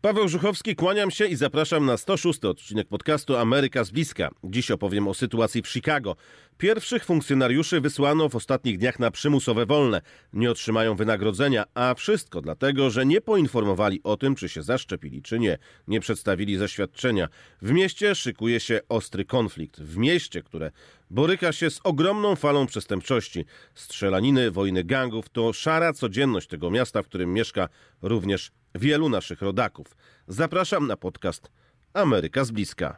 Paweł Żuchowski, kłaniam się i zapraszam na 106. odcinek podcastu Ameryka z bliska. Dziś opowiem o sytuacji w Chicago. Pierwszych funkcjonariuszy wysłano w ostatnich dniach na przymusowe wolne. Nie otrzymają wynagrodzenia, a wszystko dlatego, że nie poinformowali o tym, czy się zaszczepili, czy nie. Nie przedstawili zaświadczenia. W mieście szykuje się ostry konflikt. W mieście, które boryka się z ogromną falą przestępczości. Strzelaniny, wojny gangów to szara codzienność tego miasta, w którym mieszka również wielu naszych rodaków. Zapraszam na podcast Ameryka z bliska.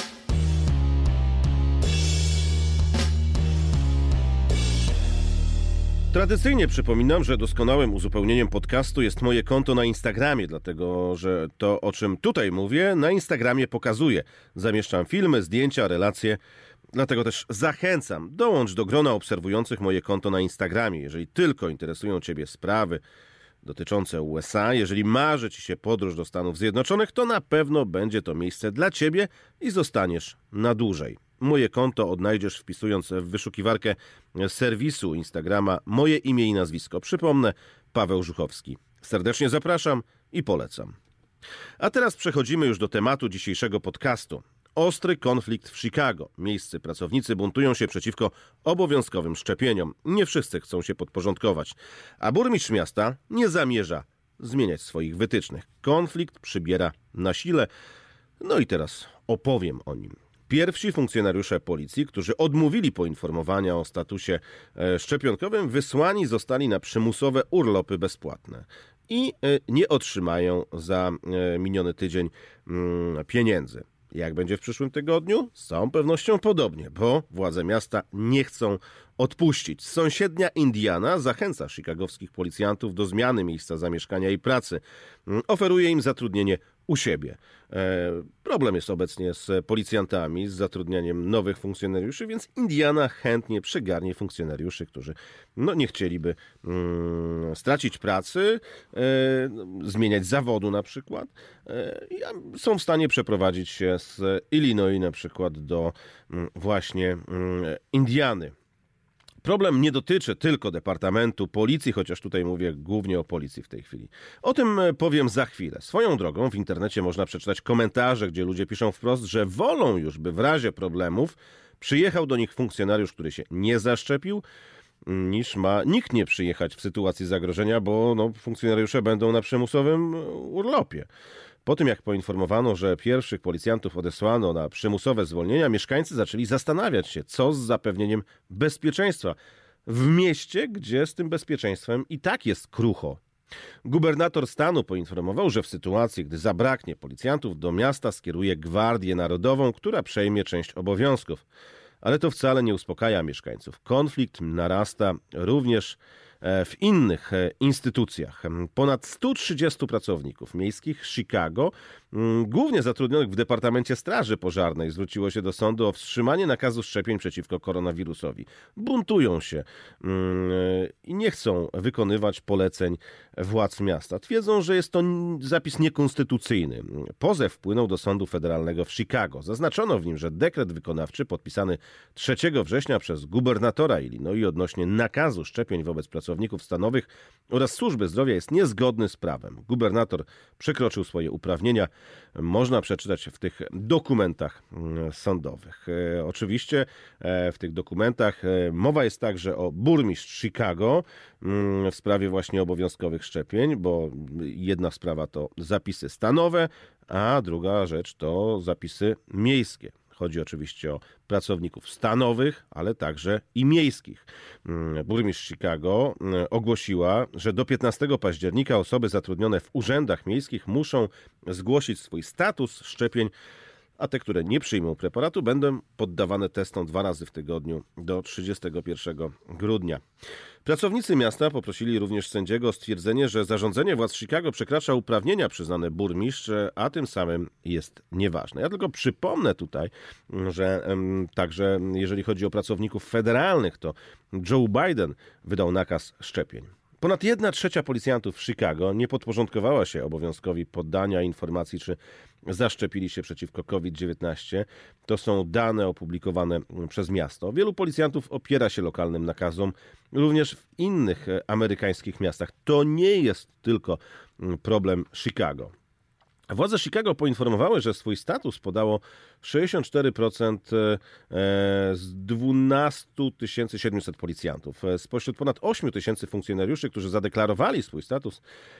Tradycyjnie przypominam, że doskonałym uzupełnieniem podcastu jest moje konto na Instagramie, dlatego że to, o czym tutaj mówię, na Instagramie pokazuję. Zamieszczam filmy, zdjęcia, relacje. Dlatego też zachęcam, dołącz do grona obserwujących moje konto na Instagramie. Jeżeli tylko interesują Ciebie sprawy dotyczące USA, jeżeli marzy Ci się podróż do Stanów Zjednoczonych, to na pewno będzie to miejsce dla Ciebie i zostaniesz na dłużej. Moje konto odnajdziesz wpisując w wyszukiwarkę serwisu Instagrama moje imię i nazwisko. Przypomnę, Paweł Żuchowski. Serdecznie zapraszam i polecam. A teraz przechodzimy już do tematu dzisiejszego podcastu. Ostry konflikt w Chicago. Miejscy pracownicy buntują się przeciwko obowiązkowym szczepieniom. Nie wszyscy chcą się podporządkować. A burmistrz miasta nie zamierza zmieniać swoich wytycznych. Konflikt przybiera na sile. No i teraz opowiem o nim. Pierwsi funkcjonariusze policji, którzy odmówili poinformowania o statusie szczepionkowym, wysłani zostali na przymusowe urlopy bezpłatne i nie otrzymają za miniony tydzień pieniędzy. Jak będzie w przyszłym tygodniu? Z całą pewnością podobnie, bo władze miasta nie chcą odpuścić. Sąsiednia Indiana zachęca chicagowskich policjantów do zmiany miejsca zamieszkania i pracy. Oferuje im zatrudnienie u siebie. Problem jest obecnie z policjantami, z zatrudnianiem nowych funkcjonariuszy, więc Indiana chętnie przygarnie funkcjonariuszy, którzy nie chcieliby stracić pracy, zmieniać zawodu na przykład. Są w stanie przeprowadzić się z Illinois na przykład do właśnie Indiany. Problem nie dotyczy tylko Departamentu Policji, chociaż tutaj mówię głównie o policji w tej chwili. O tym powiem za chwilę. Swoją drogą w internecie można przeczytać komentarze, gdzie ludzie piszą wprost, że wolą już, by w razie problemów przyjechał do nich funkcjonariusz, który się nie zaszczepił, niż ma nikt nie przyjechać w sytuacji zagrożenia, bo funkcjonariusze będą na przymusowym urlopie. Po tym, jak poinformowano, że pierwszych policjantów odesłano na przymusowe zwolnienia, mieszkańcy zaczęli zastanawiać się, co z zapewnieniem bezpieczeństwa w mieście, gdzie z tym bezpieczeństwem i tak jest krucho. Gubernator stanu poinformował, że w sytuacji, gdy zabraknie policjantów, do miasta skieruje Gwardię Narodową, która przejmie część obowiązków. Ale to wcale nie uspokaja mieszkańców. Konflikt narasta również w innych instytucjach. Ponad 130 pracowników miejskich Chicago, głównie zatrudnionych w Departamencie Straży Pożarnej, zwróciło się do sądu o wstrzymanie nakazu szczepień przeciwko koronawirusowi. Buntują się i nie chcą wykonywać poleceń władz miasta. Twierdzą, że jest to zapis niekonstytucyjny. Pozew wpłynął do Sądu Federalnego w Chicago. Zaznaczono w nim, że dekret wykonawczy podpisany 3 września przez gubernatora Illinois odnośnie nakazu szczepień wobec pracowników stanowych oraz służby zdrowia jest niezgodny z prawem. Gubernator przekroczył swoje uprawnienia. Można przeczytać w tych dokumentach sądowych. Oczywiście w tych dokumentach mowa jest także o burmistrz Chicago w sprawie właśnie obowiązkowych szczepień, bo jedna sprawa to zapisy stanowe, a druga rzecz to zapisy miejskie. Chodzi oczywiście o pracowników stanowych, ale także i miejskich. Burmistrz Chicago ogłosiła, że do 15 października osoby zatrudnione w urzędach miejskich muszą zgłosić swój status szczepień, a te, które nie przyjmą preparatu, będą poddawane testom 2 razy w tygodniu do 31 grudnia. Pracownicy miasta poprosili również sędziego o stwierdzenie, że zarządzenie władz Chicago przekracza uprawnienia przyznane burmistrz, a tym samym jest nieważne. Ja tylko przypomnę tutaj, że także jeżeli chodzi o pracowników federalnych, to Joe Biden wydał nakaz szczepień. Ponad 1/3 policjantów w Chicago nie podporządkowała się obowiązkowi poddania informacji, czy zaszczepili się przeciwko COVID-19. To są dane opublikowane przez miasto. Wielu policjantów opiera się lokalnym nakazom, również w innych amerykańskich miastach. To nie jest tylko problem Chicago. Władze Chicago poinformowały, że swój status podało 64% z 12 700 policjantów. Spośród ponad 8 tysięcy funkcjonariuszy, którzy zadeklarowali swój status,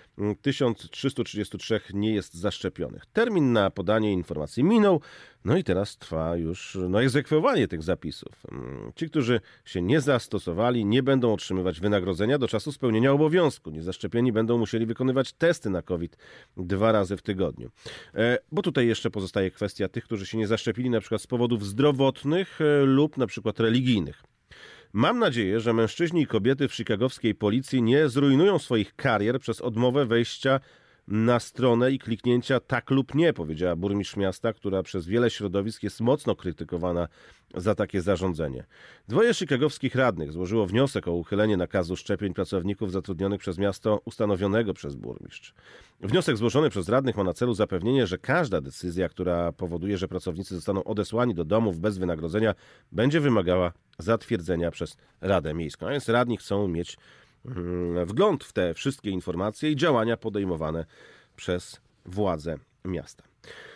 1333 nie jest zaszczepionych. Termin na podanie informacji minął, no i teraz trwa już egzekwowanie tych zapisów. Ci, którzy się nie zastosowali, nie będą otrzymywać wynagrodzenia do czasu spełnienia obowiązku. Niezaszczepieni będą musieli wykonywać testy na COVID 2 razy w tygodniu. Bo tutaj jeszcze pozostaje kwestia tych, którzy się nie zaszczepili na przykład z powodów zdrowotnych lub na przykład religijnych. Mam nadzieję, że mężczyźni i kobiety w chicagowskiej policji nie zrujnują swoich karier przez odmowę wejścia na stronę i kliknięcia tak lub nie, powiedziała burmistrz miasta, która przez wiele środowisk jest mocno krytykowana za takie zarządzenie. 2 chicagowskich radnych złożyło wniosek o uchylenie nakazu szczepień pracowników zatrudnionych przez miasto ustanowionego przez burmistrz. Wniosek złożony przez radnych ma na celu zapewnienie, że każda decyzja, która powoduje, że pracownicy zostaną odesłani do domów bez wynagrodzenia, będzie wymagała zatwierdzenia przez Radę Miejską. A więc radni chcą mieć wgląd w te wszystkie informacje i działania podejmowane przez władze miasta.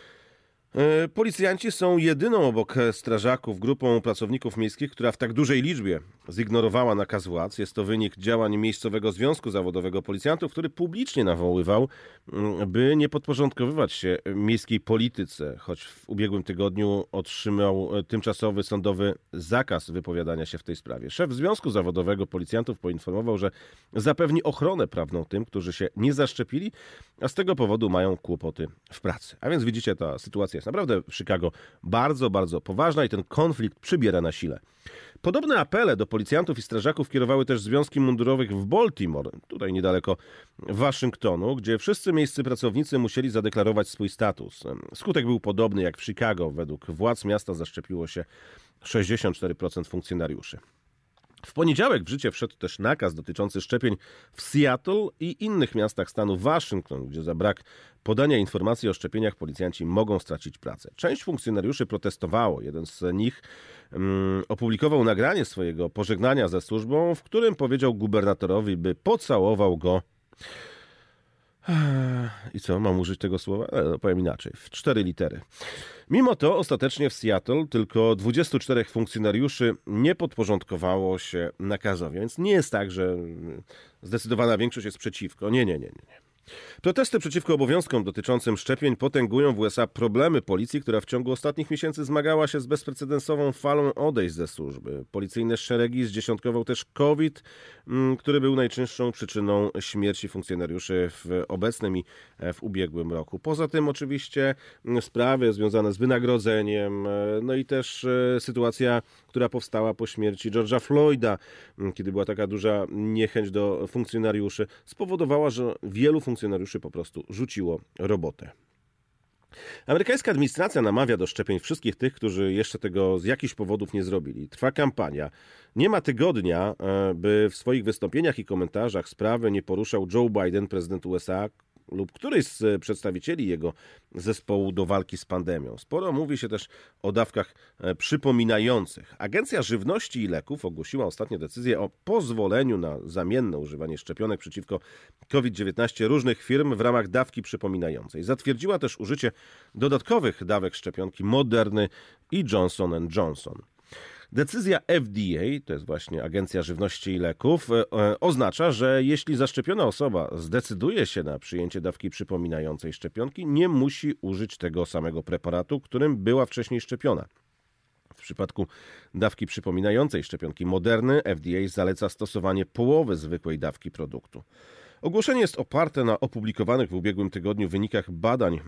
Policjanci są jedyną obok strażaków grupą pracowników miejskich, która w tak dużej liczbie zignorowała nakaz władz. Jest to wynik działań miejscowego związku zawodowego policjantów, który publicznie nawoływał, by nie podporządkowywać się miejskiej polityce, choć w ubiegłym tygodniu otrzymał tymczasowy sądowy zakaz wypowiadania się w tej sprawie. Szef Związku Zawodowego Policjantów poinformował, że zapewni ochronę prawną tym, którzy się nie zaszczepili, a z tego powodu mają kłopoty w pracy. A więc widzicie, ta sytuacja jest naprawdę w Chicago bardzo, bardzo poważna i ten konflikt przybiera na sile. Podobne apele do policjantów i strażaków kierowały też związki mundurowych w Baltimore, tutaj niedaleko Waszyngtonu, gdzie wszyscy miejscy pracownicy musieli zadeklarować swój status. Skutek był podobny jak w Chicago. Według władz miasta zaszczepiło się 64% funkcjonariuszy. W poniedziałek w życie wszedł też nakaz dotyczący szczepień w Seattle i innych miastach stanu Waszyngton, gdzie za brak podania informacji o szczepieniach policjanci mogą stracić pracę. Część funkcjonariuszy protestowało. Jeden z nich opublikował nagranie swojego pożegnania ze służbą, w którym powiedział gubernatorowi, by pocałował go. I co, mam użyć tego słowa? Powiem inaczej, w 4 litery. Mimo to ostatecznie w Seattle tylko 24 funkcjonariuszy nie podporządkowało się nakazowi. Więc nie jest tak, że zdecydowana większość jest przeciwko. Nie. Protesty przeciwko obowiązkom dotyczącym szczepień potęgują w USA problemy policji, która w ciągu ostatnich miesięcy zmagała się z bezprecedensową falą odejść ze służby. Policyjne szeregi zdziesiątkował też COVID, który był najczęstszą przyczyną śmierci funkcjonariuszy w obecnym i w ubiegłym roku. Poza tym oczywiście sprawy związane z wynagrodzeniem, no i też sytuacja, która powstała po śmierci George'a Floyda, kiedy była taka duża niechęć do funkcjonariuszy, spowodowała, że wielu funkcjonariuszy po prostu rzuciło robotę. Amerykańska administracja namawia do szczepień wszystkich tych, którzy jeszcze tego z jakichś powodów nie zrobili. Trwa kampania. Nie ma tygodnia, by w swoich wystąpieniach i komentarzach sprawy nie poruszał Joe Biden, prezydent USA, lub któryś z przedstawicieli jego zespołu do walki z pandemią. Sporo mówi się też o dawkach przypominających. Agencja Żywności i Leków ogłosiła ostatnio decyzję o pozwoleniu na zamienne używanie szczepionek przeciwko COVID-19 różnych firm w ramach dawki przypominającej. Zatwierdziła też użycie dodatkowych dawek szczepionki Moderny i Johnson & Johnson. Decyzja FDA, to jest właśnie Agencja Żywności i Leków, oznacza, że jeśli zaszczepiona osoba zdecyduje się na przyjęcie dawki przypominającej szczepionki, nie musi użyć tego samego preparatu, którym była wcześniej szczepiona. W przypadku dawki przypominającej szczepionki Moderny, FDA zaleca stosowanie połowy zwykłej dawki produktu. Ogłoszenie jest oparte na opublikowanych w ubiegłym tygodniu wynikach badań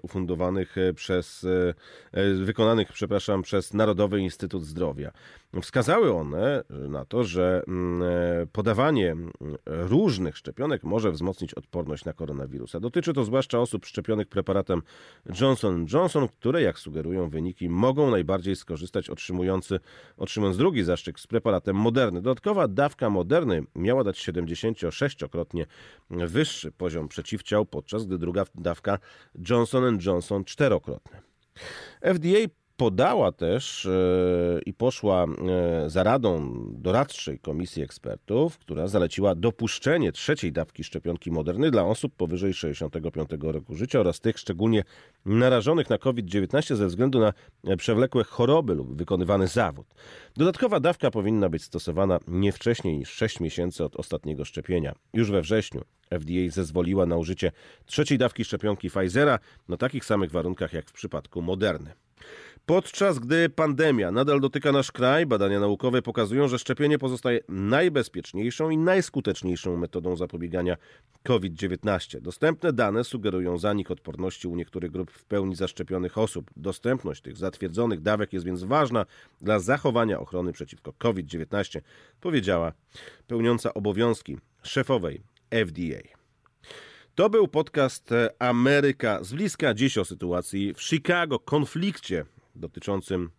wykonanych przez Narodowy Instytut Zdrowia. Wskazały one na to, że podawanie różnych szczepionek może wzmocnić odporność na koronawirusa. Dotyczy to zwłaszcza osób szczepionych preparatem Johnson & Johnson, które, jak sugerują wyniki, mogą najbardziej skorzystać otrzymując drugi zastrzyk z preparatem Moderny. Dodatkowa dawka Moderny miała dać 76-krotnie wyższy poziom przeciwciał, podczas gdy druga dawka Johnson & Johnson 4-krotny. FDA podała też i poszła za radą doradczej komisji ekspertów, która zaleciła dopuszczenie trzeciej dawki szczepionki Moderny dla osób powyżej 65 roku życia oraz tych szczególnie narażonych na COVID-19 ze względu na przewlekłe choroby lub wykonywany zawód. Dodatkowa dawka powinna być stosowana nie wcześniej niż 6 miesięcy od ostatniego szczepienia. Już we wrześniu FDA zezwoliła na użycie trzeciej dawki szczepionki Pfizera na takich samych warunkach jak w przypadku Moderny. Podczas gdy pandemia nadal dotyka nasz kraj, badania naukowe pokazują, że szczepienie pozostaje najbezpieczniejszą i najskuteczniejszą metodą zapobiegania COVID-19. Dostępne dane sugerują zanik odporności u niektórych grup w pełni zaszczepionych osób. Dostępność tych zatwierdzonych dawek jest więc ważna dla zachowania ochrony przeciwko COVID-19, powiedziała pełniąca obowiązki szefowej FDA. To był podcast Ameryka z bliska. Dziś o sytuacji w Chicago, konflikcie dotyczącym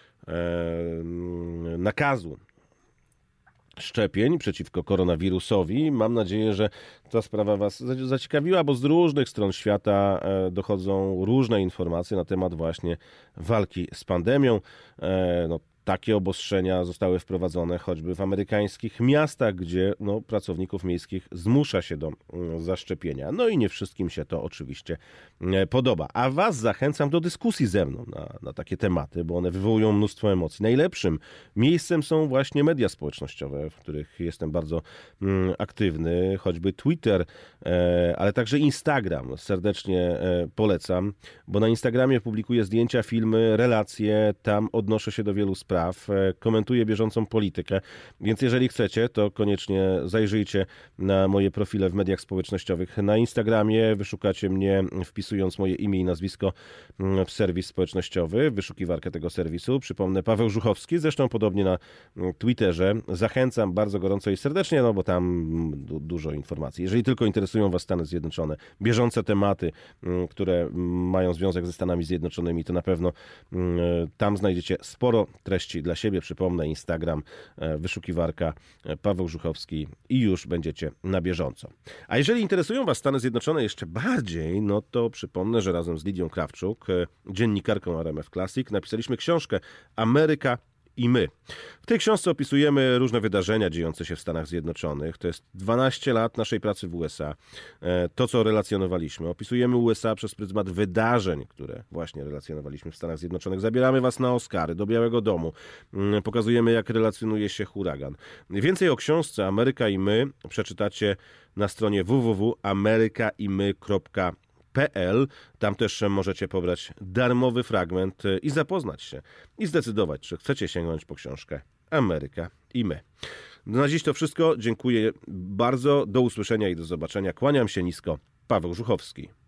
nakazu szczepień przeciwko koronawirusowi. Mam nadzieję, że ta sprawa Was zaciekawiła, bo z różnych stron świata dochodzą różne informacje na temat właśnie walki z pandemią. Takie obostrzenia zostały wprowadzone choćby w amerykańskich miastach, gdzie pracowników miejskich zmusza się do zaszczepienia. No i nie wszystkim się to oczywiście podoba. A Was zachęcam do dyskusji ze mną na takie tematy, bo one wywołują mnóstwo emocji. Najlepszym miejscem są właśnie media społecznościowe, w których jestem bardzo aktywny, choćby Twitter, ale także Instagram. Serdecznie polecam, bo na Instagramie publikuję zdjęcia, filmy, relacje, tam odnoszę się do wielu spraw, komentuję bieżącą politykę, więc jeżeli chcecie, to koniecznie zajrzyjcie na moje profile w mediach społecznościowych. Na Instagramie wyszukacie mnie, wpisując moje imię i nazwisko w serwis społecznościowy, wyszukiwarkę tego serwisu. Przypomnę, Paweł Żuchowski, zresztą podobnie na Twitterze. Zachęcam bardzo gorąco i serdecznie, bo tam dużo informacji. Jeżeli tylko interesują Was Stany Zjednoczone, bieżące tematy, które mają związek ze Stanami Zjednoczonymi, to na pewno tam znajdziecie sporo treści dla siebie. Przypomnę, Instagram, wyszukiwarka Paweł Żuchowski i już będziecie na bieżąco. A jeżeli interesują Was Stany Zjednoczone jeszcze bardziej, to przypomnę, że razem z Lidią Krawczuk, dziennikarką RMF Classic, napisaliśmy książkę Ameryka i my. W tej książce opisujemy różne wydarzenia dziejące się w Stanach Zjednoczonych. To jest 12 lat naszej pracy w USA. To, co relacjonowaliśmy. Opisujemy USA przez pryzmat wydarzeń, które właśnie relacjonowaliśmy w Stanach Zjednoczonych. Zabieramy Was na Oscary, do Białego Domu. Pokazujemy, jak relacjonuje się huragan. Więcej o książce Ameryka i my przeczytacie na stronie www.amerykaimy.pl. Tam też możecie pobrać darmowy fragment i zapoznać się i zdecydować, czy chcecie sięgnąć po książkę Ameryka i my. Na dziś to wszystko. Dziękuję bardzo. Do usłyszenia i do zobaczenia. Kłaniam się nisko. Paweł Żuchowski.